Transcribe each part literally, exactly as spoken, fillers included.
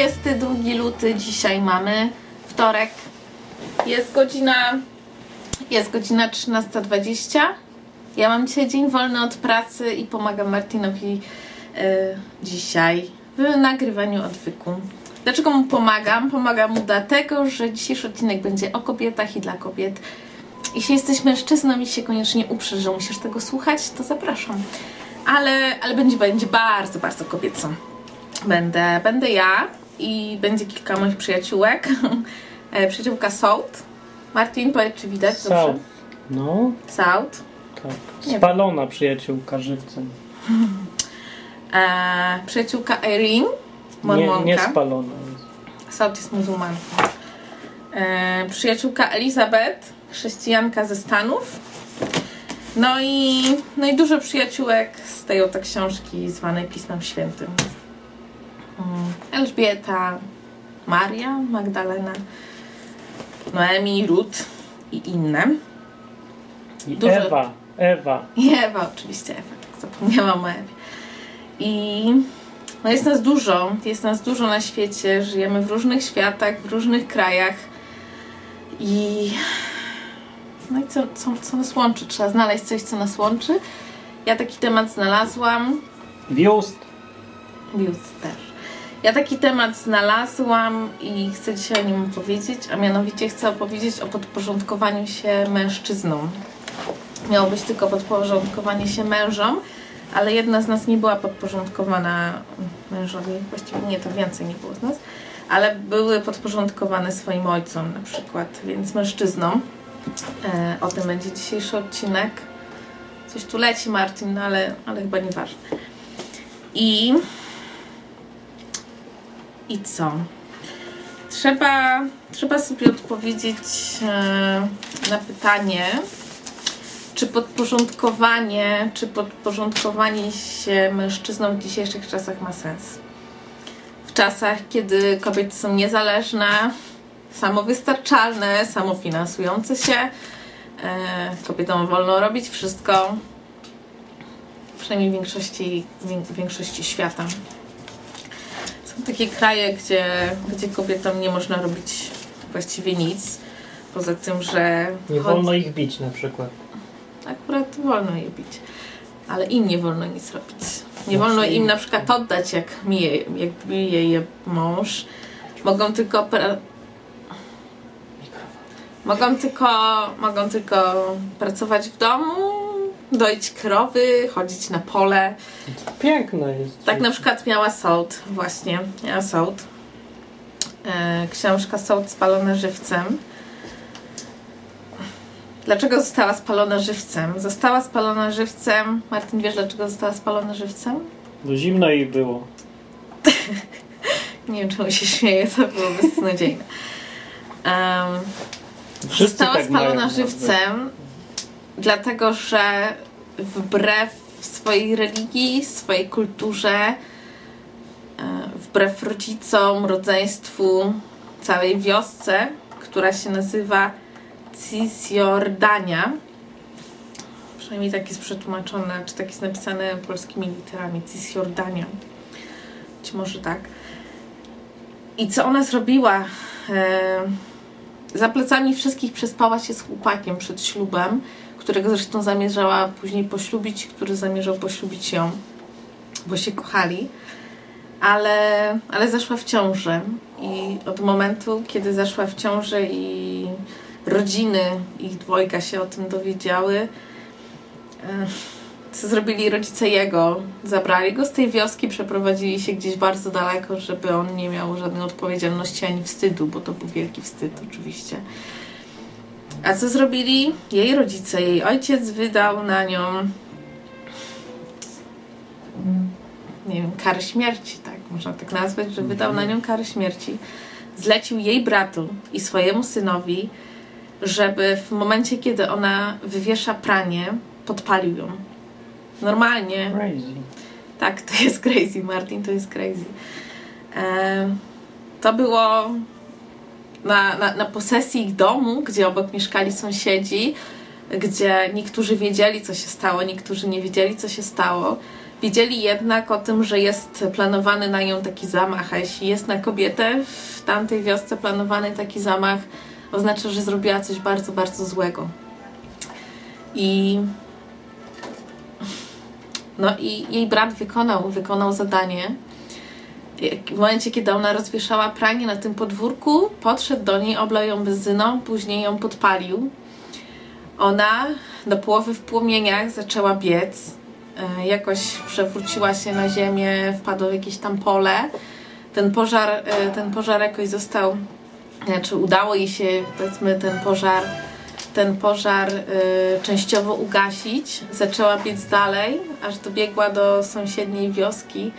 trzydziestego drugiego lutego dzisiaj mamy, wtorek. Jest godzina, jest godzina trzynasta dwadzieścia. Ja mam dzisiaj dzień wolny od pracy i pomagam Martinowi yy, dzisiaj w nagrywaniu odwyku. Dlaczego mu pomagam? Pomagam mu dlatego, że dzisiejszy odcinek będzie o kobietach i dla kobiet. Jeśli jesteś mężczyzną i się koniecznie uprzesz, że musisz tego słuchać, to zapraszam. Ale, ale będzie, będzie bardzo, bardzo kobieco. Będę, będę ja i będzie kilka moich przyjaciółek. Przyjaciółka South. Martin, powiedz, czy widać? South. No. South. Tak. Spalona przyjaciółka żywcem. E, przyjaciółka Irene, mormonka. Nie, nie spalona. South jest muzułmanką. E, przyjaciółka Elizabeth, chrześcijanka ze Stanów. No i, no i dużo przyjaciółek z tej oto książki zwanej Pismem Świętym. Elżbieta, Maria, Magdalena, Noemi, Ruth i inne. I dużo... Ewa, Ewa. I Ewa, oczywiście Ewa, tak zapomniałam o Ewie. I no jest nas dużo, jest nas dużo na świecie, żyjemy w różnych światach, w różnych krajach i no i co, co, co nas łączy? Trzeba znaleźć coś, co nas łączy. Ja taki temat znalazłam. Biust. Biust też. Ja taki temat znalazłam i chcę dzisiaj o nim opowiedzieć, a mianowicie chcę opowiedzieć o podporządkowaniu się mężczyznom. Miało być tylko podporządkowanie się mężom, ale jedna z nas nie była podporządkowana mężowi, właściwie nie, to więcej nie było z nas, ale były podporządkowane swoim ojcom na przykład, więc mężczyznom. E, o tym będzie dzisiejszy odcinek. Coś tu leci, Martin, no ale, ale chyba nieważne. I I co? Trzeba, trzeba sobie odpowiedzieć e, na pytanie, czy podporządkowanie, czy podporządkowanie się mężczyznom w dzisiejszych czasach ma sens. W czasach, kiedy kobiety są niezależne, samowystarczalne, samofinansujące się, e, kobietom wolno robić wszystko, przynajmniej w większości, w większości świata. Są takie kraje, gdzie, gdzie kobietom nie można robić właściwie nic, poza tym, że... Nie chod... wolno ich bić na przykład. Akurat wolno je bić, ale im nie wolno nic robić. Nie no, wolno im na przykład oddać, jak bije, jak bije je mąż. Mogą tylko... Mogą tylko, mogą tylko pracować w domu, doić krowy, chodzić na pole. To piękne jest. Tak na przykład miała South, właśnie, miała South. E, książka South spalona żywcem. Dlaczego została spalona żywcem? Została spalona żywcem. Martin, wiesz, dlaczego została spalona żywcem? Bo zimno jej było. Nie wiem, czemu się śmieję, to było beznadziejne. Um, została tak spalona żywcem, dlatego że wbrew swojej religii, swojej kulturze, wbrew rodzicom, rodzeństwu, całej wiosce, która się nazywa Cisjordania, przynajmniej tak jest przetłumaczone, czy tak jest napisane polskimi literami, Cisjordania, być może tak. I co ona zrobiła? Za plecami wszystkich przespała się z chłopakiem przed ślubem, którego zresztą zamierzała później poślubić, który zamierzał poślubić ją, bo się kochali, ale, ale zaszła w ciążę i od momentu, kiedy zaszła w ciążę i rodziny ich dwojga się o tym dowiedziały, co zrobili rodzice jego? Zabrali go z tej wioski, przeprowadzili się gdzieś bardzo daleko, żeby on nie miał żadnej odpowiedzialności ani wstydu, bo to był wielki wstyd oczywiście. A co zrobili? Jej rodzice, jej ojciec wydał na nią nie wiem, karę śmierci, tak, można tak nazwać, że wydał na nią karę śmierci. Zlecił jej bratu i swojemu synowi, żeby w momencie, kiedy ona wywiesza pranie, podpalił ją. Normalnie. Crazy. Tak, to jest crazy, Martin, to jest crazy. E, to było na, na, na posesji ich domu, gdzie obok mieszkali sąsiedzi, gdzie niektórzy wiedzieli, co się stało, niektórzy nie wiedzieli, co się stało. Wiedzieli jednak o tym, że jest planowany na nią taki zamach, a jeśli jest na kobietę w tamtej wiosce planowany taki zamach, oznacza, że zrobiła coś bardzo, bardzo złego. I no i jej brat wykonał, wykonał zadanie. W momencie, kiedy ona rozwieszała pranie na tym podwórku, podszedł do niej, oblał ją benzyną, później ją podpalił. Ona do połowy w płomieniach zaczęła biec. Jakoś przewróciła się na ziemię, wpadła w jakieś tam pole. Ten pożar, ten pożar jakoś został, znaczy udało jej się, powiedzmy, ten pożar, ten pożar y, częściowo ugasić. Zaczęła biec dalej, aż dobiegła do sąsiedniej wioski.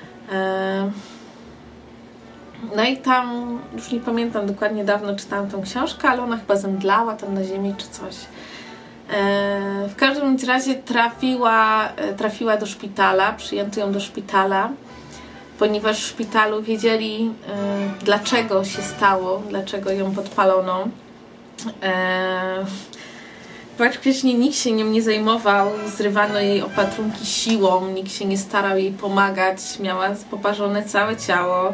No i tam, już nie pamiętam dokładnie, dawno czytałam tą książkę, ale ona chyba zemdlała tam na ziemi czy coś. W każdym razie trafiła, trafiła do szpitala, przyjęto ją do szpitala, ponieważ w szpitalu wiedzieli, dlaczego się stało, dlaczego ją podpalono. Praktycznie nikt się nią nie zajmował, zrywano jej opatrunki siłą, nikt się nie starał jej pomagać, miała poparzone całe ciało.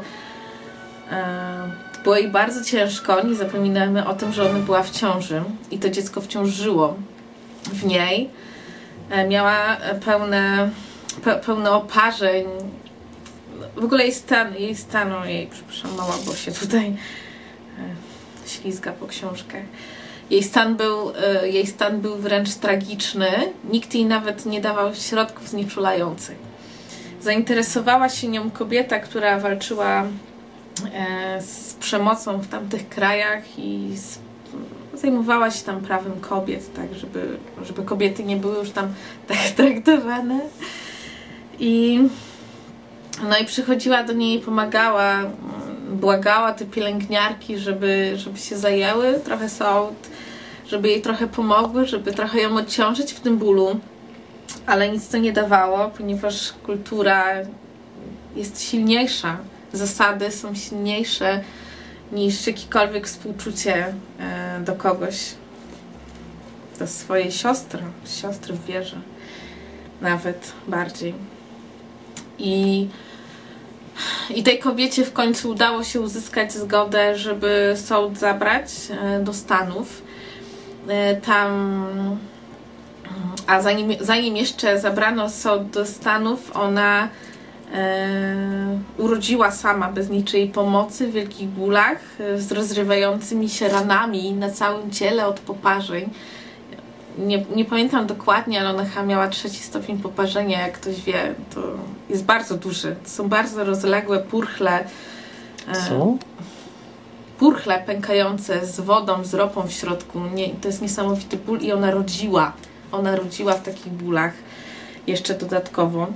Było jej bardzo ciężko, nie zapominajmy o tym, że ona była w ciąży i to dziecko wciąż żyło w niej. Miała pełne, pe, pełne oparzeń. W ogóle jej stan, jej stan, jej, przepraszam, mała, bo się tutaj ślizga po książkach. Jej stan, był, jej stan był wręcz tragiczny. Nikt jej nawet nie dawał środków znieczulających. Zainteresowała się nią kobieta, która walczyła z przemocą w tamtych krajach i z, zajmowała się tam prawem kobiet, tak, żeby, żeby kobiety nie były już tam tak traktowane. I no i przychodziła do niej i pomagała, błagała te pielęgniarki, żeby, żeby się zajęły trochę sołd, żeby jej trochę pomogły, żeby trochę ją odciążyć w tym bólu, ale nic to nie dawało, ponieważ kultura jest silniejsza, zasady są silniejsze niż jakiekolwiek współczucie do kogoś, do swojej siostry, siostry w wierze, nawet bardziej. I I tej kobiecie w końcu udało się uzyskać zgodę, żeby sołd zabrać do Stanów. Tam, a zanim, zanim jeszcze zabrano sołd do Stanów, ona e, urodziła sama, bez niczyjej pomocy, w wielkich bólach, z rozrywającymi się ranami na całym ciele od poparzeń. Nie, nie pamiętam dokładnie, ale ona chyba miała trzeci stopień poparzenia, jak ktoś wie, to jest bardzo duży. To są bardzo rozległe purchle. Co? Purchle pękające z wodą, z ropą w środku. Nie, to jest niesamowity ból i ona rodziła. Ona rodziła w takich bólach jeszcze dodatkowo.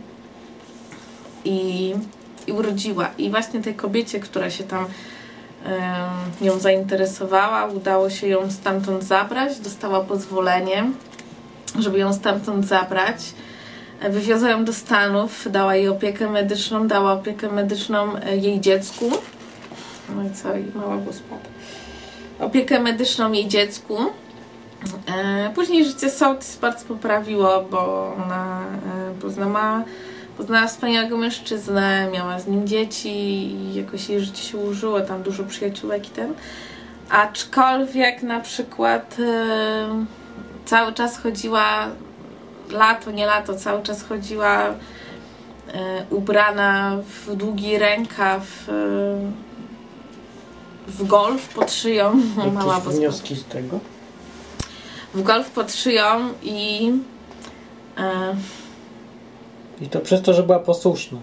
I, i urodziła. I właśnie tej kobiecie, która się tam ją zainteresowała, udało się ją stamtąd zabrać, dostała pozwolenie, żeby ją stamtąd zabrać. Wywiozła ją do Stanów, dała jej opiekę medyczną, dała opiekę medyczną jej dziecku. No i co? I mała go spadła. Opiekę medyczną jej dziecku. Później życie sołtys bardzo poprawiło, bo ona poznała Poznała wspaniałego mężczyznę, miała z nim dzieci i jakoś jej życie się ułożyło, tam dużo przyjaciółek i ten. Aczkolwiek na przykład e, cały czas chodziła, lato, nie lato, cały czas chodziła e, ubrana w długi rękaw, e, w golf pod szyją. Mała Jakieś wnioski z tego? W golf pod szyją i e, I to przez to, że była posłuszna.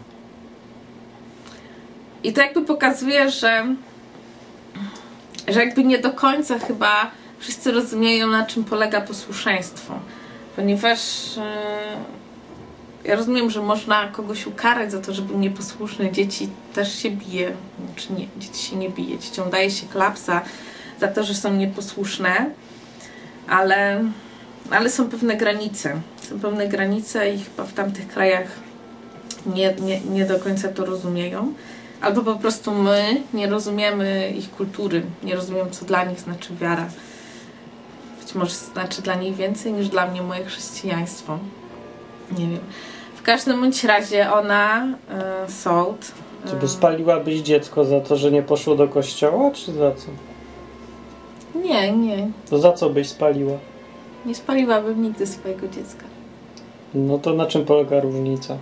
I to jakby pokazuje, że że jakby nie do końca chyba wszyscy rozumieją, na czym polega posłuszeństwo. Ponieważ yy, ja rozumiem, że można kogoś ukarać za to, że był nieposłuszny. Dzieci też się bije. Czy nie, dzieci się nie bije. Dzieciom daje się klapsa za to, że są nieposłuszne. Ale, ale są pewne granice. Są pewne granice i chyba w tamtych krajach nie, nie, nie do końca to rozumieją. Albo po prostu my nie rozumiemy ich kultury, nie rozumiemy, co dla nich znaczy wiara. Być może znaczy dla nich więcej niż dla mnie moje chrześcijaństwo. Nie wiem. W każdym bądź razie ona, e, Salt... Czy by spaliłabyś dziecko za to, że nie poszło do kościoła, czy za co? Nie, nie. To za co byś spaliła? Nie spaliłabym nigdy swojego dziecka. No to na czym polega różnica?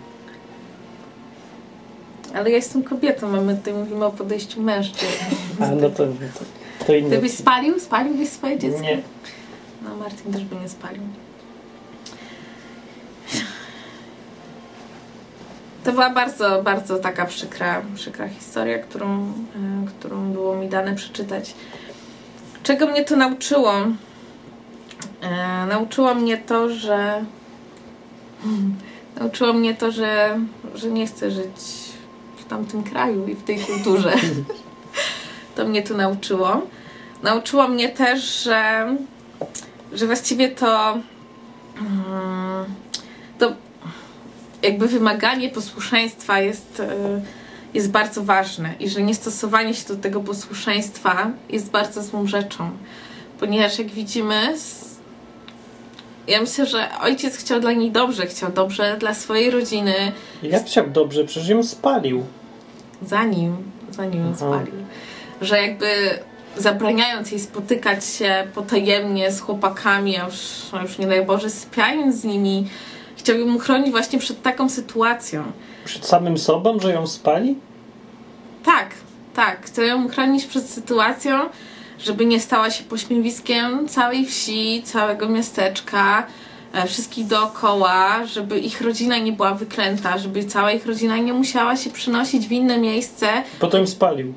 Ale ja jestem kobietą, a my tutaj mówimy o podejściu mężczyzn. A no to, to, to inne. Ty byś spalił? Spaliłbyś swoje dziecko? Nie. No Martin też by nie spalił. To była bardzo, bardzo taka przykra, przykra historia, którą, y, którą było mi dane przeczytać. Czego mnie to nauczyło? E, nauczyło mnie to, że nauczyło mnie to, że, że nie chcę żyć w tamtym kraju i w tej kulturze. To mnie to nauczyło. Nauczyło mnie też, że, że właściwie to, to jakby wymaganie posłuszeństwa jest, jest bardzo ważne i że niestosowanie się do tego posłuszeństwa jest bardzo złą rzeczą. Ponieważ jak widzimy, ja myślę, że ojciec chciał dla niej dobrze, chciał dobrze dla swojej rodziny. Jak chciał dobrze? Przecież ją spalił. Zanim, zanim ją spalił. Że jakby zabraniając jej spotykać się potajemnie z chłopakami, a już, a już nie daj Boże, sypiając z nimi, chciał ją uchronić właśnie przed taką sytuacją. Przed samym sobą, że ją spali? Tak, tak. Chciał ją uchronić przed sytuacją, żeby nie stała się pośmiewiskiem całej wsi, całego miasteczka, e, wszystkich dookoła, żeby ich rodzina nie była wyklęta, żeby cała ich rodzina nie musiała się przynosić w inne miejsce. Potem spalił.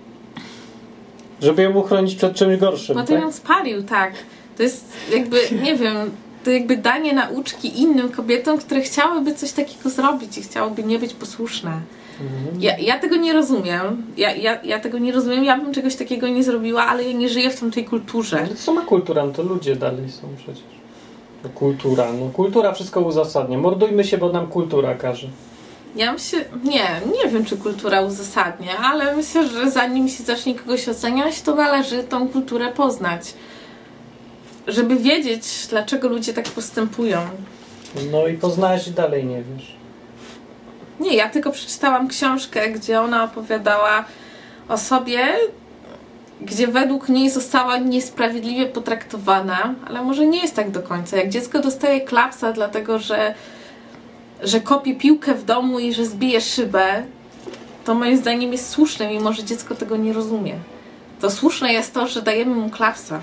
Żeby ją uchronić przed czymś gorszym, Potem tak? ją spalił, tak. To jest jakby, nie wiem, to jakby danie nauczki innym kobietom, które chciałyby coś takiego zrobić i chciałyby nie być posłuszne. Mhm. Ja, ja tego nie rozumiem. Ja, ja, ja tego nie rozumiem. Ja bym czegoś takiego nie zrobiła, ale ja nie żyję w tamtej kulturze. Ale to sama kultura, no to ludzie dalej są przecież. No kultura, no kultura wszystko uzasadnia. Mordujmy się, bo nam kultura każe. Ja myślę, nie, nie wiem, czy kultura uzasadnia, ale myślę, że zanim się zacznie kogoś oceniać, to należy tą kulturę poznać. Żeby wiedzieć, dlaczego ludzie tak postępują. No i poznałeś i dalej nie wiesz. Nie, ja tylko przeczytałam książkę, gdzie ona opowiadała o sobie, gdzie według niej została niesprawiedliwie potraktowana, ale może nie jest tak do końca. Jak dziecko dostaje klapsa dlatego, że, że kopie piłkę w domu i że zbije szybę, to moim zdaniem jest słuszne, mimo że dziecko tego nie rozumie. To słuszne jest to, że dajemy mu klapsa.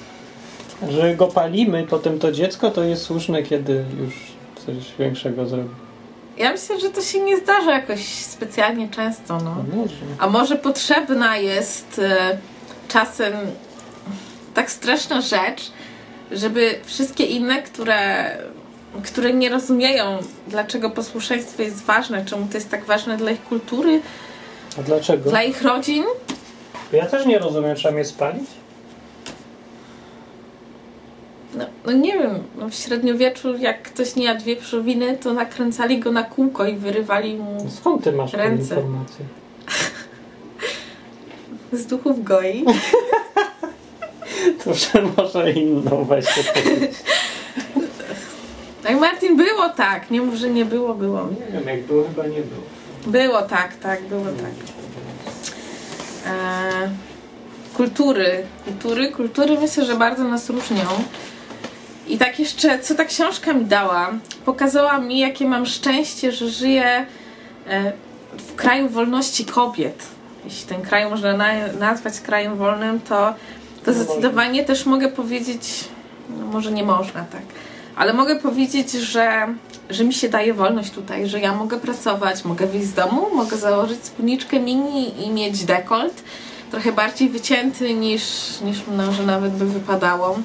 Że go palimy, potem to dziecko, to jest słuszne, kiedy już coś większego zrobi. Ja myślę, że to się nie zdarza jakoś specjalnie często. No. A może. A może potrzebna jest e, czasem tak straszna rzecz, żeby wszystkie inne, które, które nie rozumieją, dlaczego posłuszeństwo jest ważne, czemu to jest tak ważne dla ich kultury, a dlaczego? Dla ich rodzin. Ja też nie rozumiem, trzeba mnie spalić? No, no nie wiem, no w średniowieczu jak ktoś nie jadł wieprzowiny, to nakręcali go na kółko i wyrywali mu Skąd ty masz ręce. tę informację? Z duchów goi. To że może inną weź to powiedzieć. No i Martin, było tak. Nie mów, że nie było, było. Nie wiem, jak było, chyba nie było. Było tak, tak, było tak. E, kultury. Kultury, kultury myślę, że bardzo nas różnią. I tak jeszcze, co ta książka mi dała, pokazała mi, jakie mam szczęście, że żyję w kraju wolności kobiet. Jeśli ten kraj można na, nazwać krajem wolnym, to, to zdecydowanie też mogę powiedzieć, no może nie można tak, ale mogę powiedzieć, że, że mi się daje wolność tutaj, że ja mogę pracować, mogę wyjść z domu, mogę założyć spódniczkę mini i mieć dekolt, trochę bardziej wycięty niż, niż może nawet by wypadało.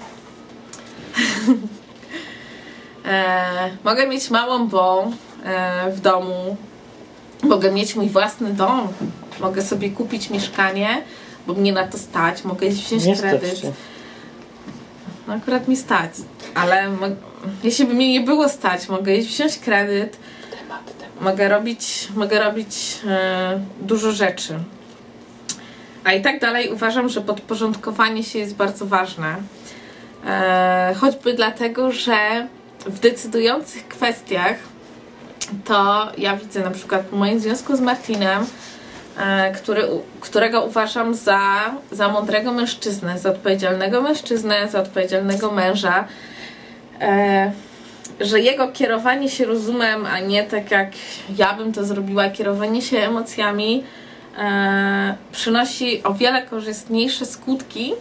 e, mogę mieć małą Bo e, w domu, mogę mieć mój własny dom, mogę sobie kupić mieszkanie, bo mnie na to stać, mogę wziąć nie kredyt. No akurat mi stać, ale mo- jeśli by mnie nie było stać, mogę wziąć kredyt, temat, temat. mogę robić, mogę robić e, dużo rzeczy. A i tak dalej uważam, że podporządkowanie się jest bardzo ważne. E, choćby dlatego, że w decydujących kwestiach to ja widzę na przykład w moim związku z Martinem, e, który, którego uważam za, za mądrego mężczyznę, za odpowiedzialnego mężczyznę, za odpowiedzialnego męża, e, że jego kierowanie się rozumem, a nie tak jak ja bym to zrobiła, kierowanie się emocjami, e, przynosi o wiele korzystniejsze skutki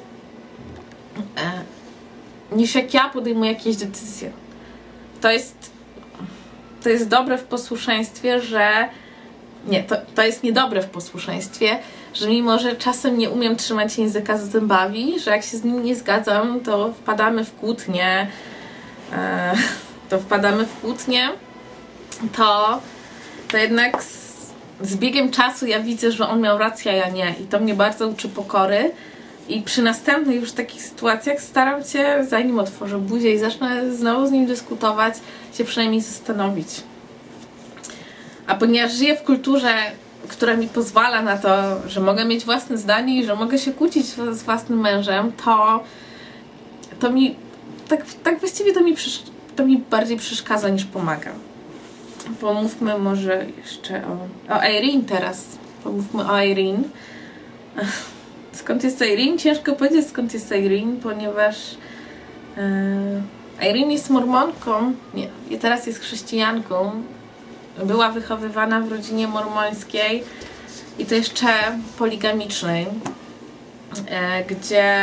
e, niż jak ja podejmuję jakieś decyzje. To jest, to jest dobre w posłuszeństwie, że nie, to, to jest niedobre w posłuszeństwie, że mimo, że czasem nie umiem trzymać języka za zębami, że jak się z nim nie zgadzam, to wpadamy w kłótnie, e, to wpadamy w kłótnie, to, to jednak z, z biegiem czasu ja widzę, że on miał rację, a ja nie. I to mnie bardzo uczy pokory. I przy następnych już takich sytuacjach staram się, zanim otworzę buzię i zacznę znowu z nim dyskutować, się przynajmniej zastanowić. A ponieważ żyję w kulturze, która mi pozwala na to, że mogę mieć własne zdanie i że mogę się kłócić z własnym mężem, to, to mi tak, tak właściwie to mi, to mi bardziej przeszkadza niż pomaga. Pomówmy może jeszcze o, o Irene teraz. Pomówmy o Irene. Skąd jest Irene? Ciężko powiedzieć, skąd jest Irene, ponieważ yy, Irene jest mormonką, nie, i teraz jest chrześcijanką. Była wychowywana w rodzinie mormońskiej i to jeszcze poligamicznej, yy, gdzie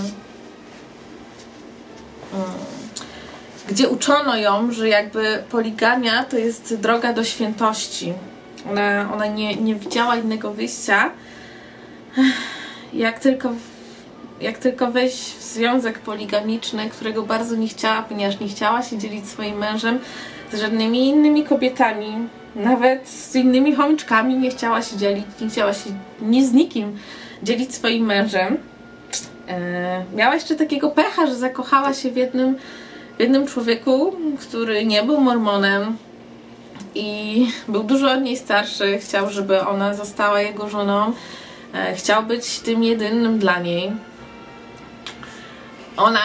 yy, gdzie uczono ją, że jakby poligamia to jest droga do świętości. Ona, ona nie, nie widziała innego wyjścia. Jak tylko, jak tylko wejść w związek poligamiczny, którego bardzo nie chciała, ponieważ nie chciała się dzielić swoim mężem z żadnymi innymi kobietami, nawet z innymi chomiczkami nie chciała się dzielić, nie chciała się nie z nikim dzielić swoim mężem. E, miała jeszcze takiego pecha, że zakochała się w jednym, w jednym człowieku, który nie był mormonem i był dużo od niej starszy, chciał, żeby ona została jego żoną. Chciał być tym jedynym dla niej. Ona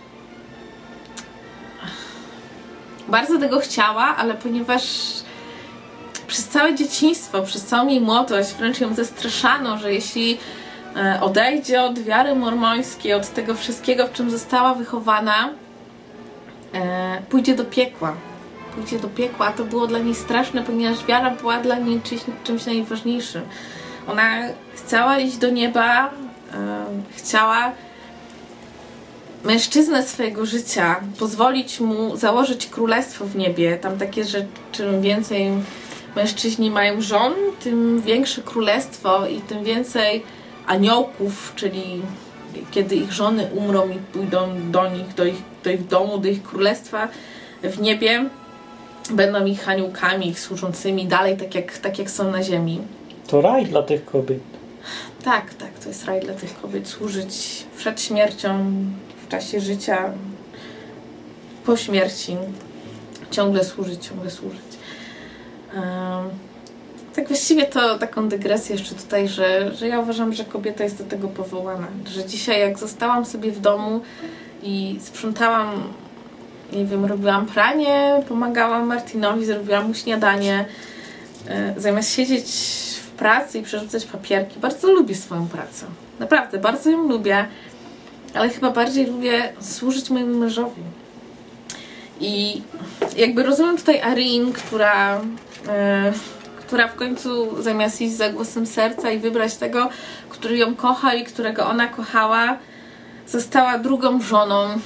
bardzo tego chciała, ale ponieważ przez całe dzieciństwo, przez całą jej młodość wręcz ją zastraszano, że jeśli odejdzie od wiary mormońskiej, od tego wszystkiego, w czym została wychowana, pójdzie do piekła. Pójdzie do piekła, a to było dla niej straszne, ponieważ wiara była dla niej czymś, czymś najważniejszym. Ona chciała iść do nieba, yy, chciała mężczyznę swojego życia, pozwolić mu założyć królestwo w niebie. Tam takie, że czym więcej mężczyźni mają żon, tym większe królestwo i tym więcej aniołków, czyli kiedy ich żony umrą i pójdą do nich, do ich, do ich domu, do ich królestwa w niebie, będą ich aniołkami, ich służącymi dalej, tak jak, tak jak są na ziemi. To raj dla tych kobiet. Tak, tak, to jest raj dla tych kobiet. Służyć przed śmiercią, w czasie życia, po śmierci. Ciągle służyć, ciągle służyć. Um, tak właściwie to taką dygresję jeszcze tutaj, że, że ja uważam, że kobieta jest do tego powołana. Że dzisiaj jak zostałam sobie w domu i sprzątałam, nie wiem, robiłam pranie, pomagałam Martinowi, zrobiłam mu śniadanie, yy, zamiast siedzieć pracy i przerzucać papierki. Bardzo lubię swoją pracę. Naprawdę, bardzo ją lubię, ale chyba bardziej lubię służyć mojemu mężowi. I jakby rozumiem tutaj Irene, która, yy, która w końcu zamiast iść za głosem serca i wybrać tego, który ją kocha i którego ona kochała, została drugą żoną yy,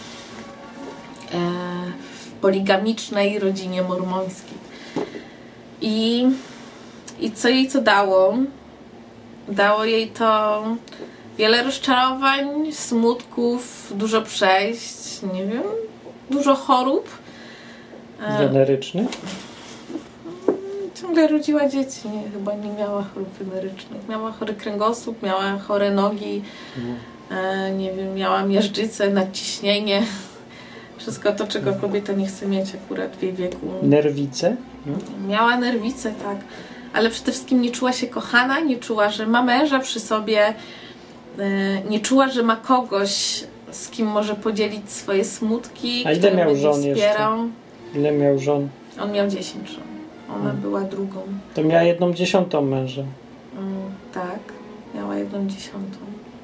w poligamicznej rodzinie mormońskiej. I I co jej to dało? Dało jej to wiele rozczarowań, smutków, dużo przejść, nie wiem, dużo chorób. Wenerycznych? Ciągle rodziła dzieci, nie, chyba nie miała chorób wenerycznych. Miała chory kręgosłup, miała chore nogi, no. nie wiem, miała miażdżycę, nadciśnienie. Wszystko to, czego kobieta nie chce mieć akurat w jej wieku. Nerwice? No. Miała nerwice, tak. Ale przede wszystkim nie czuła się kochana, nie czuła, że ma męża przy sobie, nie czuła, że ma kogoś, z kim może podzielić swoje smutki. A ile miał żon wspierał. jeszcze? Ile miał żon? On miał dziesięć żon. Ona hmm. była drugą. To miała jedną dziesiątą męża. Mm, tak, miała jedną dziesiątą.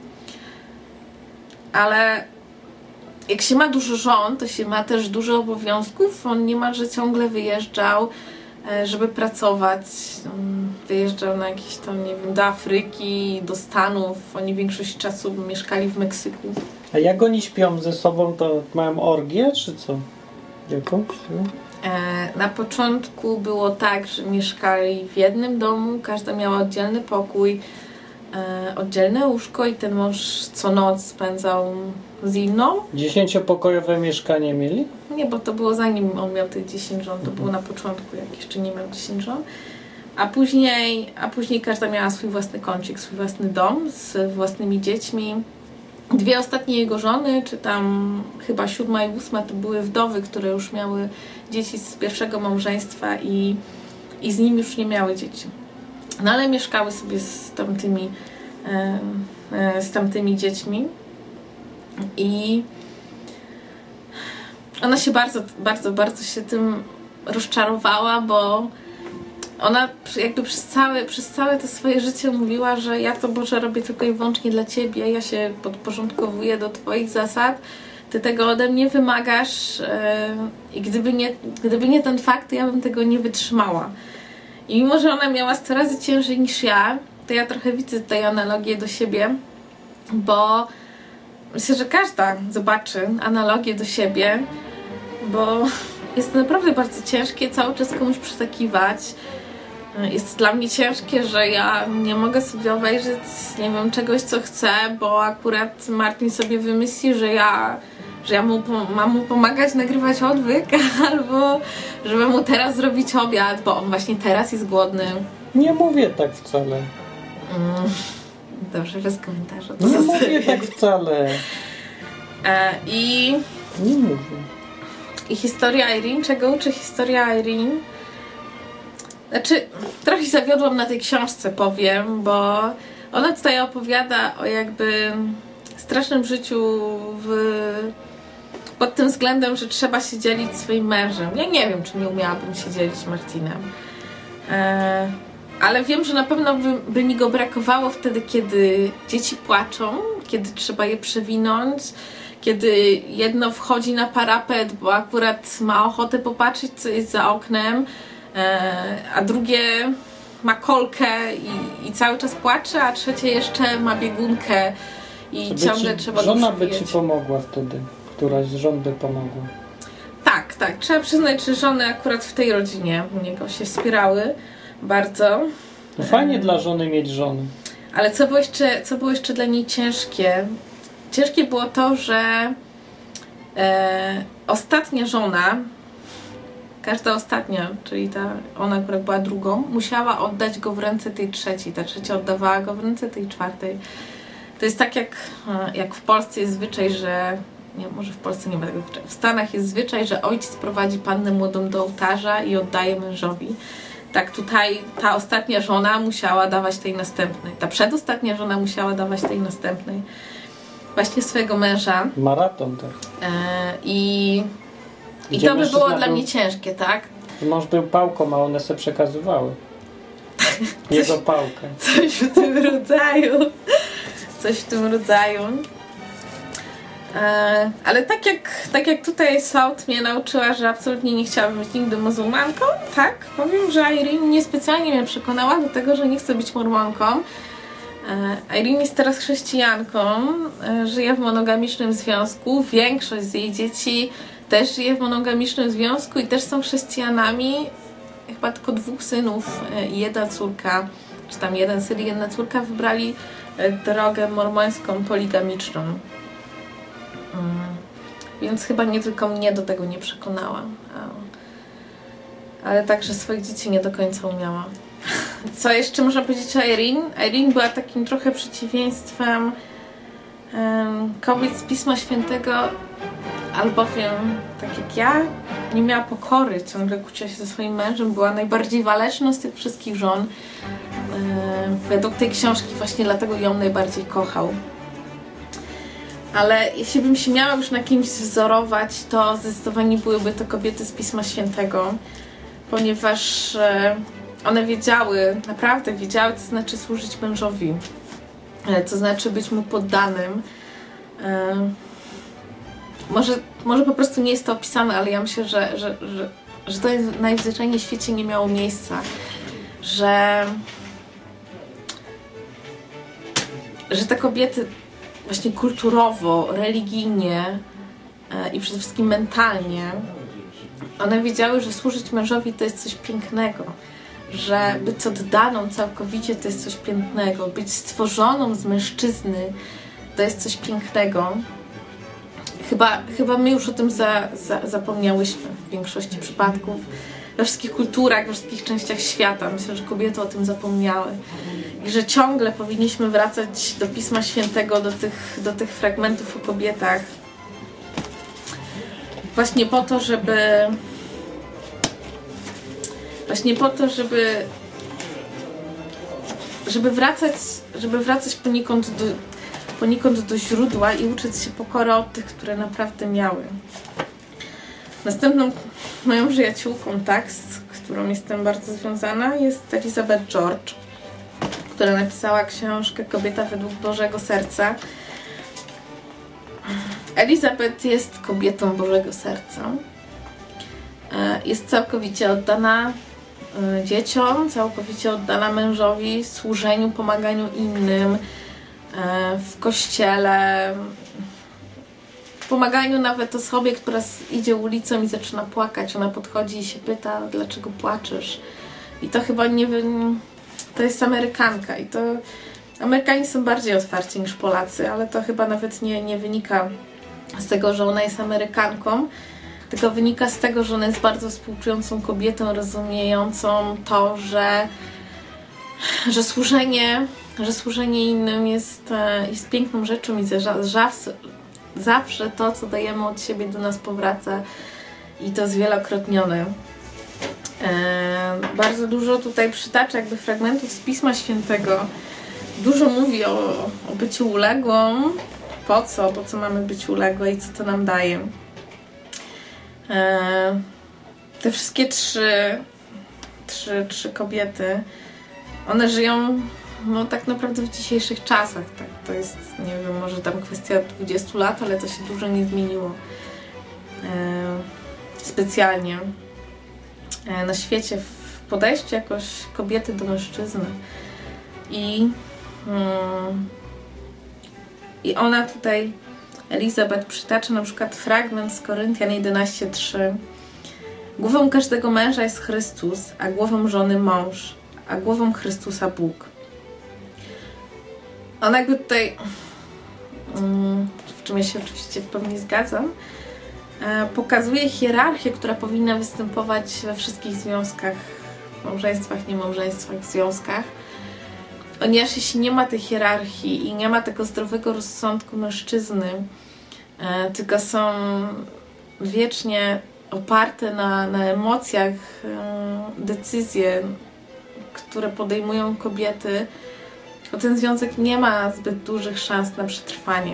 Ale jak się ma dużo żon, to się ma też dużo obowiązków. On niemalże ciągle wyjeżdżał, żeby pracować. Wyjeżdżał na jakieś tam, nie wiem, do Afryki, do Stanów. Oni większość czasu mieszkali w Meksyku. A jak oni śpią ze sobą, to mają orgię, czy co? Jakąś? Na początku było tak, że mieszkali w jednym domu, każda miała oddzielny pokój, oddzielne łóżko i ten mąż co noc spędzał z inną. Dziesięciopokojowe mieszkanie mieli? Nie, bo to było zanim on miał tych dziesięć żon, to mhm. było na początku, jak jeszcze nie miał dziesięć żon. A później, a później każda miała swój własny kącik, swój własny dom z własnymi dziećmi. Dwie ostatnie jego żony, czy tam chyba siódma i ósma, to były wdowy, które już miały dzieci z pierwszego małżeństwa i, i z nim już nie miały dzieci. No ale mieszkały sobie z tamtymi, e, e, z tamtymi dziećmi i ona się bardzo, bardzo, bardzo się tym rozczarowała, bo ona jakby przez całe, przez całe to swoje życie mówiła, że ja to Boże robię tylko i wyłącznie dla Ciebie, ja się podporządkowuję do Twoich zasad, Ty tego ode mnie wymagasz yy, i gdyby nie, gdyby nie ten fakt, to ja bym tego nie wytrzymała. I mimo, że ona miała sto razy ciężej niż ja, to ja trochę widzę tutaj analogię do siebie, bo myślę, że każda zobaczy analogię do siebie, bo jest to naprawdę bardzo ciężkie cały czas komuś przytakiwać. Jest dla mnie ciężkie, że ja nie mogę sobie obejrzeć, nie wiem, czegoś, co chcę, bo akurat Martin sobie wymyśli, że ja, że ja mu, mam mu pomagać nagrywać odwyk, albo żeby mu teraz zrobić obiad, bo on właśnie teraz jest głodny. Nie mówię tak wcale. Mm, dobrze, bez komentarza. Nie zostawię. Mówię tak wcale. E, I... Nie mówię. I historia Irene, czego uczy historia Irene? Znaczy, trochę się zawiodłam na tej książce, powiem, bo ona tutaj opowiada o jakby strasznym życiu w, pod tym względem, że trzeba się dzielić swoim mężem. Ja nie wiem, czy nie umiałabym się dzielić z Martinem. E, ale wiem, że na pewno by, by mi go brakowało wtedy, kiedy dzieci płaczą, kiedy trzeba je przewinąć, kiedy jedno wchodzi na parapet, bo akurat ma ochotę popatrzeć, co jest za oknem, a drugie ma kolkę i, i cały czas płacze, a trzecie jeszcze ma biegunkę i Żeby ciągle ci, trzeba żona go by ci pomogła wtedy. Któraś z żon by pomogła. Tak, tak. Trzeba przyznać, że żony akurat w tej rodzinie u niego się wspierały bardzo. No fajnie um, dla żony mieć żonę. Ale co było jeszcze, co było jeszcze dla niej ciężkie? Ciężkie było to, że e, ostatnia żona, każda ostatnia, czyli ta, ona akurat była drugą, musiała oddać go w ręce tej trzeciej. Ta trzecia oddawała go w ręce tej czwartej. To jest tak jak, jak w Polsce jest zwyczaj, że nie, może w Polsce nie ma tego zwyczaju. W Stanach jest zwyczaj, że ojciec prowadzi pannę młodą do ołtarza i oddaje mężowi. Tak tutaj ta ostatnia żona musiała dawać tej następnej. Ta przedostatnia żona musiała dawać tej następnej. Właśnie swojego męża. Maraton, tak. E, I, i to by było dla był, mnie ciężkie, tak? Mąż był pałką, a one se przekazywały. Jego coś, pałkę. Coś w tym rodzaju. Coś w tym rodzaju. E, ale tak jak, tak jak tutaj South mnie nauczyła, że absolutnie nie chciałabym być nigdy muzułmanką, tak, powiem, że Irene niespecjalnie mnie przekonała do tego, że nie chcę być mormonką. E, Irene jest teraz chrześcijanką, e, żyje w monogamicznym związku, większość z jej dzieci też żyje w monogamicznym związku i też są chrześcijanami. Chyba tylko dwóch synów i jedna córka, czy tam jeden syn i jedna córka wybrali drogę mormońską, poligamiczną. Hmm. Więc chyba nie tylko mnie do tego nie przekonała. Ale także swoich dzieci nie do końca umiała. Co jeszcze można powiedzieć o Irene? Irene była takim trochę przeciwieństwem um, kobiet z Pisma Świętego, albowiem, tak jak ja, nie miała pokory, ciągle kłóciła się ze swoim mężem, była najbardziej waleczną z tych wszystkich żon. Yy, według tej książki właśnie dlatego ją najbardziej kochał. Ale jeśli bym się miała już na kimś wzorować, to zdecydowanie byłyby to kobiety z Pisma Świętego. ponieważ e, one wiedziały, naprawdę wiedziały, co znaczy służyć mężowi, e, co znaczy być mu poddanym. E, może, może po prostu nie jest to opisane, ale ja myślę, że, że, że, że to najzwyczajniej w świecie nie miało miejsca, że, że te kobiety właśnie kulturowo, religijnie e, i przede wszystkim mentalnie, one wiedziały, że służyć mężowi to jest coś pięknego, że być oddaną całkowicie to jest coś pięknego, być stworzoną z mężczyzny to jest coś pięknego. Chyba, chyba my już o tym za, za, zapomniałyśmy w większości przypadków. We wszystkich kulturach, we wszystkich częściach świata. Myślę, że kobiety o tym zapomniały. I że ciągle powinniśmy wracać do Pisma Świętego, do tych, do tych fragmentów o kobietach. Właśnie po to, żeby... Właśnie po to, żeby... Żeby wracać, żeby wracać poniekąd do... poniekąd do źródła i uczyć się pokory od tych, które naprawdę miały. Następną moją przyjaciółką, tak, z którą jestem bardzo związana, jest Elizabeth George, która napisała książkę Kobieta według Bożego Serca. Elizabeth jest kobietą Bożego Serca. Jest całkowicie oddana dzieciom, całkowicie oddana mężowi, służeniu, pomaganiu innym, w kościele, pomaganiu nawet osobie, która idzie ulicą i zaczyna płakać. Ona podchodzi i się pyta, dlaczego płaczesz. I to chyba nie... To jest Amerykanka i to... Amerykanie są bardziej otwarci niż Polacy, ale to chyba nawet nie, nie wynika z tego, że ona jest Amerykanką, tylko wynika z tego, że ona jest bardzo współczującą kobietą, rozumiejącą to, że, że służenie że służenie innym jest, jest piękną rzeczą i zawsze, zawsze to, co dajemy od siebie, do nas powraca i to zwielokrotnione. E, bardzo dużo tutaj przytacza jakby fragmentów z Pisma Świętego. Dużo mówi o, o byciu uległą. Po co? Po co mamy być uległe i co to nam daje? E, te wszystkie trzy, trzy, trzy kobiety, one żyją no tak naprawdę w dzisiejszych czasach. Tak? To jest, nie wiem, może tam kwestia dwudziestu lat, ale to się dużo nie zmieniło. E, specjalnie e, na świecie w podejściu jakoś kobiety do mężczyzny. I, mm, i ona tutaj, Elizabeth, przytacza na przykład fragment z Koryntian jedenaście trzy. Głową każdego męża jest Chrystus, a głową żony mąż, a głową Chrystusa Bóg. Ona jakby tutaj, w czym ja się oczywiście w pełni zgadzam, pokazuje hierarchię, która powinna występować we wszystkich związkach, małżeństwach, niemałżeństwach, związkach. Ponieważ jeśli nie ma tej hierarchii i nie ma tego zdrowego rozsądku mężczyzny, tylko są wiecznie oparte na, na emocjach decyzje, które podejmują kobiety, to ten związek nie ma zbyt dużych szans na przetrwanie.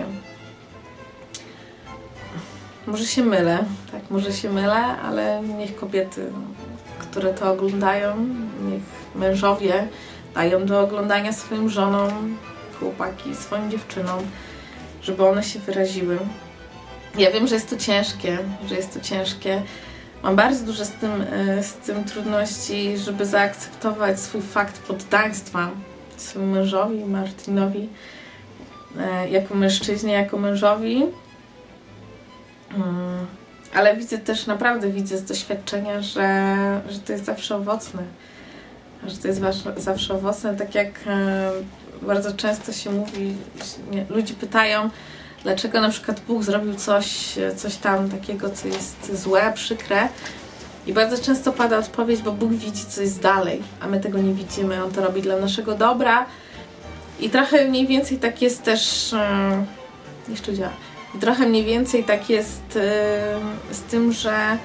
Może się mylę, tak, może się mylę, ale niech kobiety, które to oglądają, niech mężowie dają do oglądania swoim żonom, chłopaki, swoim dziewczynom, żeby one się wyraziły. Ja wiem, że jest to ciężkie, że jest to ciężkie. Mam bardzo duże z tym, z tym trudności, żeby zaakceptować swój fakt poddaństwa swojemu mężowi, Martinowi, jako mężczyźnie, jako mężowi. Ale widzę też, naprawdę widzę z doświadczenia, że, że to jest zawsze owocne. Że to jest zawsze owocne, tak jak bardzo często się mówi, ludzie pytają, dlaczego na przykład Bóg zrobił coś, coś tam takiego, co jest złe, przykre. I bardzo często pada odpowiedź, bo Bóg widzi, co jest dalej, a my tego nie widzimy. On to robi dla naszego dobra. I trochę mniej więcej tak jest też... Yy, jeszcze działa. I trochę mniej więcej tak jest yy, z tym, że,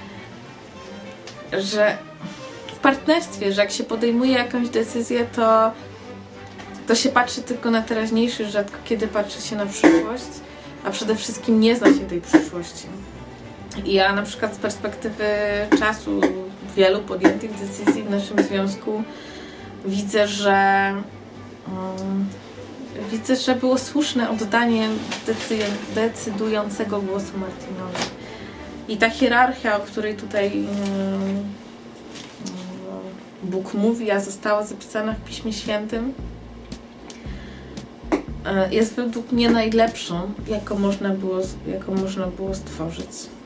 że w partnerstwie, że jak się podejmuje jakąś decyzję, to, to się patrzy tylko na teraźniejszy, rzadko kiedy patrzy się na przyszłość, a przede wszystkim nie zna się tej przyszłości. I ja na przykład z perspektywy czasu wielu podjętych decyzji w naszym związku widzę, że um, widzę, że było słuszne oddanie decy- decydującego głosu Martinowi. I ta hierarchia, o której tutaj um, Bóg mówi, a została zapisana w Piśmie Świętym, jest według mnie najlepszą, jaką można było, jaką można było stworzyć.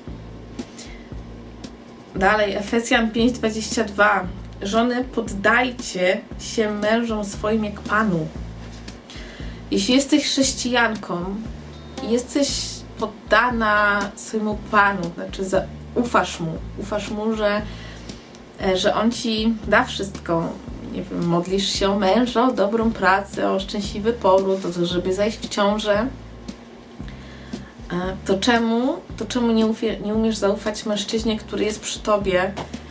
Dalej, Efezjan pięć dwadzieścia dwa. Żony, poddajcie się mężom swoim jak Panu. Jeśli jesteś chrześcijanką i jesteś poddana swojemu Panu, znaczy ufasz Mu, ufasz Mu, że, że On Ci da wszystko, nie wiem, modlisz się o męża, o dobrą pracę, o szczęśliwy powrót, o to, żeby zajść w ciążę, to czemu, to czemu nie, ufie, nie umiesz zaufać mężczyźnie, który jest przy tobie,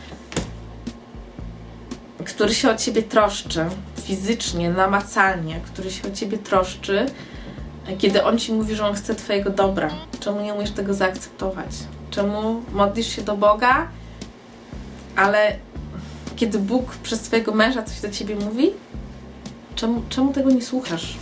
który się o ciebie troszczy fizycznie, namacalnie, który się o ciebie troszczy, kiedy on ci mówi, że on chce twojego dobra? Czemu nie umiesz tego zaakceptować? Czemu modlisz się do Boga, ale kiedy Bóg przez twojego męża coś do ciebie mówi, czemu, czemu tego nie słuchasz?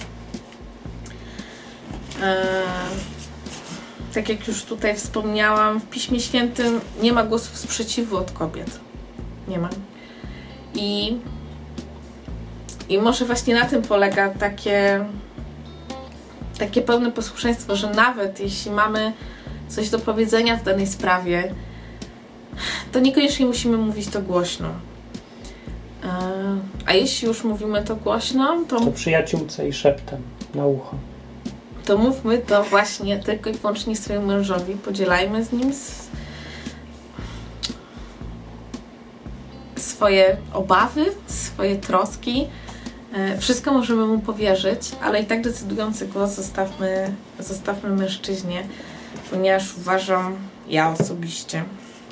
Eee, tak jak już tutaj wspomniałam, w Piśmie Świętym nie ma głosów sprzeciwu od kobiet. Nie ma. I, i może właśnie na tym polega takie, takie pełne posłuszeństwo, że nawet jeśli mamy coś do powiedzenia w danej sprawie, to niekoniecznie musimy mówić to głośno. A jeśli już mówimy to głośno, to... To przyjaciółce i szeptem na ucho. To mówmy to właśnie tylko i wyłącznie swojemu mężowi. Podzielajmy z nim s- swoje obawy, swoje troski. Wszystko możemy mu powierzyć, ale i tak decydujący głos zostawmy, zostawmy mężczyźnie, ponieważ uważam, ja osobiście,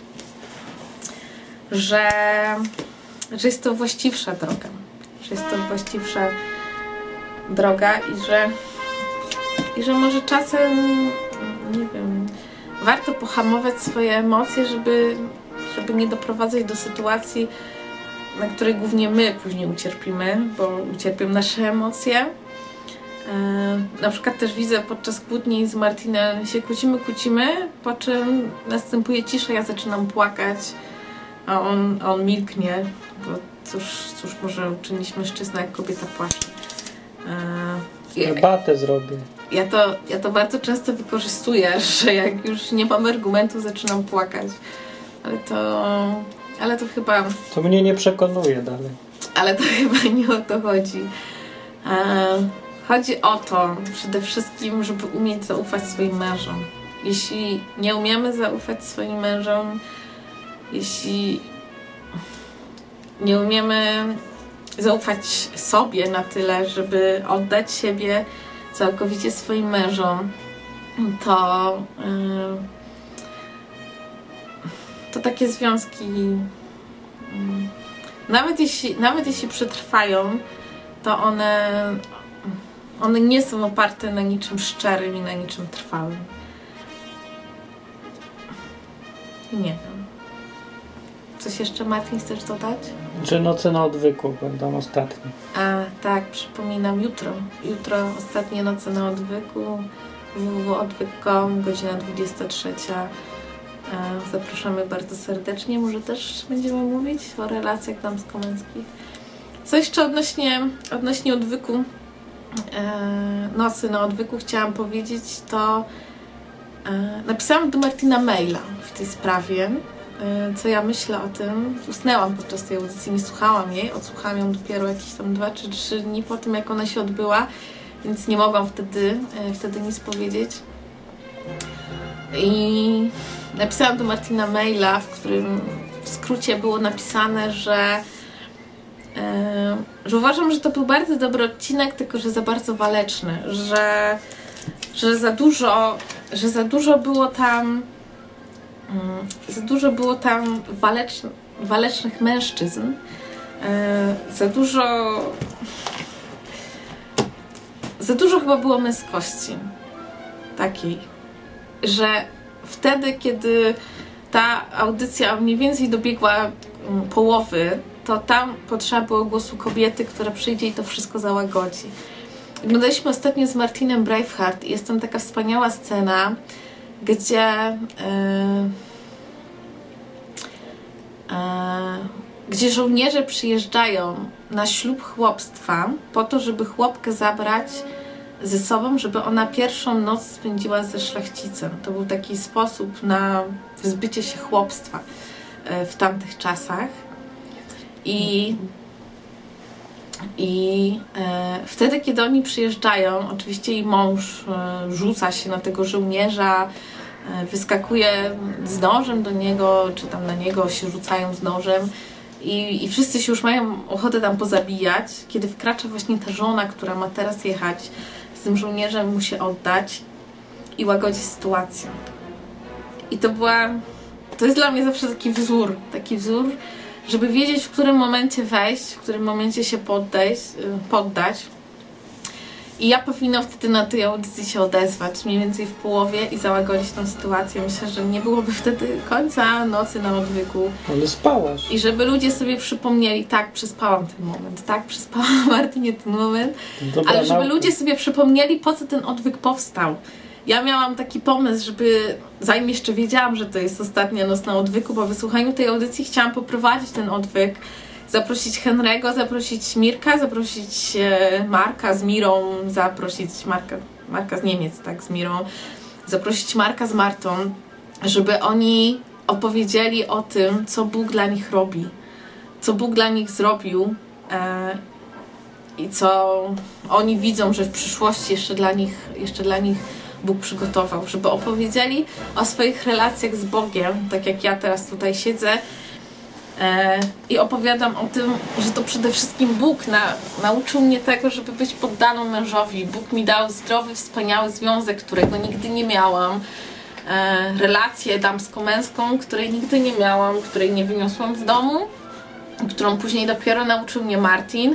że, że jest to właściwsza droga. Że jest to właściwsza droga i że, i że może czasem, nie wiem, warto pohamować swoje emocje, żeby, żeby nie doprowadzać do sytuacji, na której głównie my później ucierpimy, bo ucierpią nasze emocje. Yy, na przykład też widzę podczas kłótni z Martinem się kłócimy, kłócimy, po czym następuje cisza, ja zaczynam płakać, a on, a on milknie, bo cóż, cóż może uczynić mężczyzna, jak kobieta płacze. Yy, Herbatę zrobię. Ja to, ja to bardzo często wykorzystuję, że jak już nie mam argumentu, zaczynam płakać. Ale to... Ale to chyba... To mnie nie przekonuje dalej. Ale to chyba nie o to chodzi. E, chodzi o to przede wszystkim, żeby umieć zaufać swoim mężom. Jeśli nie umiemy zaufać swoim mężom, jeśli nie umiemy zaufać sobie na tyle, żeby oddać siebie całkowicie swoim mężom, to... E, to takie związki, nawet jeśli, nawet jeśli przetrwają, to one, one nie są oparte na niczym szczerym i na niczym trwałym. Nie wiem. Coś jeszcze, Martin, chcesz dodać? Że noce na odwyku będą ostatnie. A tak, przypominam, jutro. Jutro ostatnie noce na odwyku. w w w kropka odwyk kropka com, godzina dwudziesta trzecia. Zapraszamy bardzo serdecznie. Może też będziemy mówić o relacjach damsko-męskich. Co jeszcze odnośnie, odnośnie odwyku, e, nocy na odwyku chciałam powiedzieć, to e, napisałam do Martina maila w tej sprawie, e, co ja myślę o tym. Usnęłam podczas tej audycji, nie słuchałam jej, odsłuchałam ją dopiero jakieś tam dwa czy trzy dni po tym, jak ona się odbyła, więc nie mogłam wtedy, e, wtedy nic powiedzieć. I napisałam do Martina maila, w którym w skrócie było napisane, że, yy, że uważam, że to był bardzo dobry odcinek, tylko że za bardzo waleczny, że, że za dużo, że za dużo było tam yy, za dużo było tam walecz, walecznych mężczyzn, yy, za dużo za dużo chyba było męskości takiej, że wtedy, kiedy ta audycja mniej więcej dobiegła um, połowy, to tam potrzeba było głosu kobiety, która przyjdzie i to wszystko załagodzi. Oglądaliśmy ostatnio z Martinem Braveheart i jest tam taka wspaniała scena, gdzie yy, yy, gdzie żołnierze przyjeżdżają na ślub chłopstwa po to, żeby chłopkę zabrać ze sobą, żeby ona pierwszą noc spędziła ze szlachcicem. To był taki sposób na wyzbycie się chłopstwa w tamtych czasach. I, i e, wtedy, kiedy oni przyjeżdżają, oczywiście jej mąż e, rzuca się na tego żołnierza, e, wyskakuje z nożem do niego, czy tam na niego się rzucają z nożem. I, I wszyscy się już mają ochotę tam pozabijać, kiedy wkracza właśnie ta żona, która ma teraz jechać z tym żołnierzem, mu się oddać i łagodzi sytuację. I to była, to jest dla mnie zawsze taki wzór, taki wzór, żeby wiedzieć, w którym momencie wejść, w którym momencie się poddać, poddać. I ja powinnam wtedy na tej audycji się odezwać, mniej więcej w połowie i załagodzić tą sytuację. Myślę, że nie byłoby wtedy końca nocy na odwyku. Ale spałaś. I żeby ludzie sobie przypomnieli, tak, przespałam ten moment, tak, przespałam Martinie ten moment, Dobra, ale żeby nauka. ludzie sobie przypomnieli, po co ten odwyk powstał. Ja miałam taki pomysł, żeby, zanim jeszcze wiedziałam, że to jest ostatnia noc na odwyku, po wysłuchaniu tej audycji chciałam poprowadzić ten odwyk, zaprosić Henry'ego, zaprosić Mirka, zaprosić e, Marka z Mirą, zaprosić Marka, Marka z Niemiec, tak, z Mirą, zaprosić Marka z Martą, żeby oni opowiedzieli o tym, co Bóg dla nich robi, co Bóg dla nich zrobił e, i co oni widzą, że w przyszłości jeszcze dla nich, jeszcze dla nich Bóg przygotował, żeby opowiedzieli o swoich relacjach z Bogiem, tak jak ja teraz tutaj siedzę e, i opowiadam o tym, że to przede wszystkim Bóg na, nauczył mnie tego, żeby być poddaną mężowi. Bóg mi dał zdrowy, wspaniały związek, którego nigdy nie miałam. E, relację damsko-męską, której nigdy nie miałam, której nie wyniosłam z domu, którą później dopiero nauczył mnie Martin.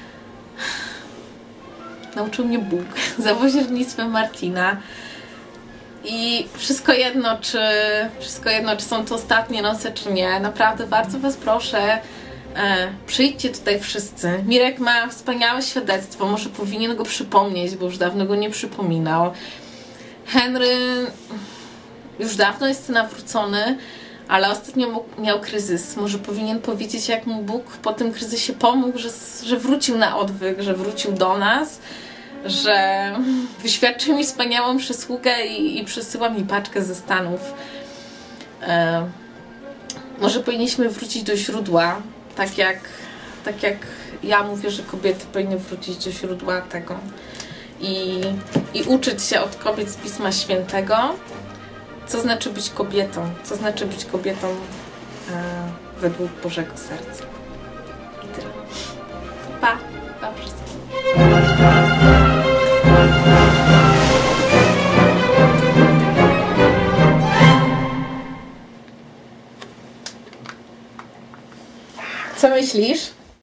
Nauczył mnie Bóg za pośrednictwem Martina. I wszystko jedno, czy wszystko jedno, czy są to ostatnie noce, czy nie. Naprawdę bardzo was proszę, e, przyjdźcie tutaj wszyscy. Mirek ma wspaniałe świadectwo, może powinien go przypomnieć, bo już dawno go nie przypominał. Henry już dawno jest nawrócony, ale ostatnio miał kryzys. Może powinien powiedzieć, jak mu Bóg po tym kryzysie pomógł, że, że wrócił na odwyk, że wrócił do nas, że wyświadczył mi wspaniałą przysługę i, i przysyła mi paczkę ze Stanów. E, może powinniśmy wrócić do źródła, tak jak, tak jak ja mówię, że kobiety powinny wrócić do źródła tego i, i uczyć się od kobiet z Pisma Świętego, co znaczy być kobietą, co znaczy być kobietą e, według Bożego serca. I tyle. Pa! Pa wszystkim. Co myślisz?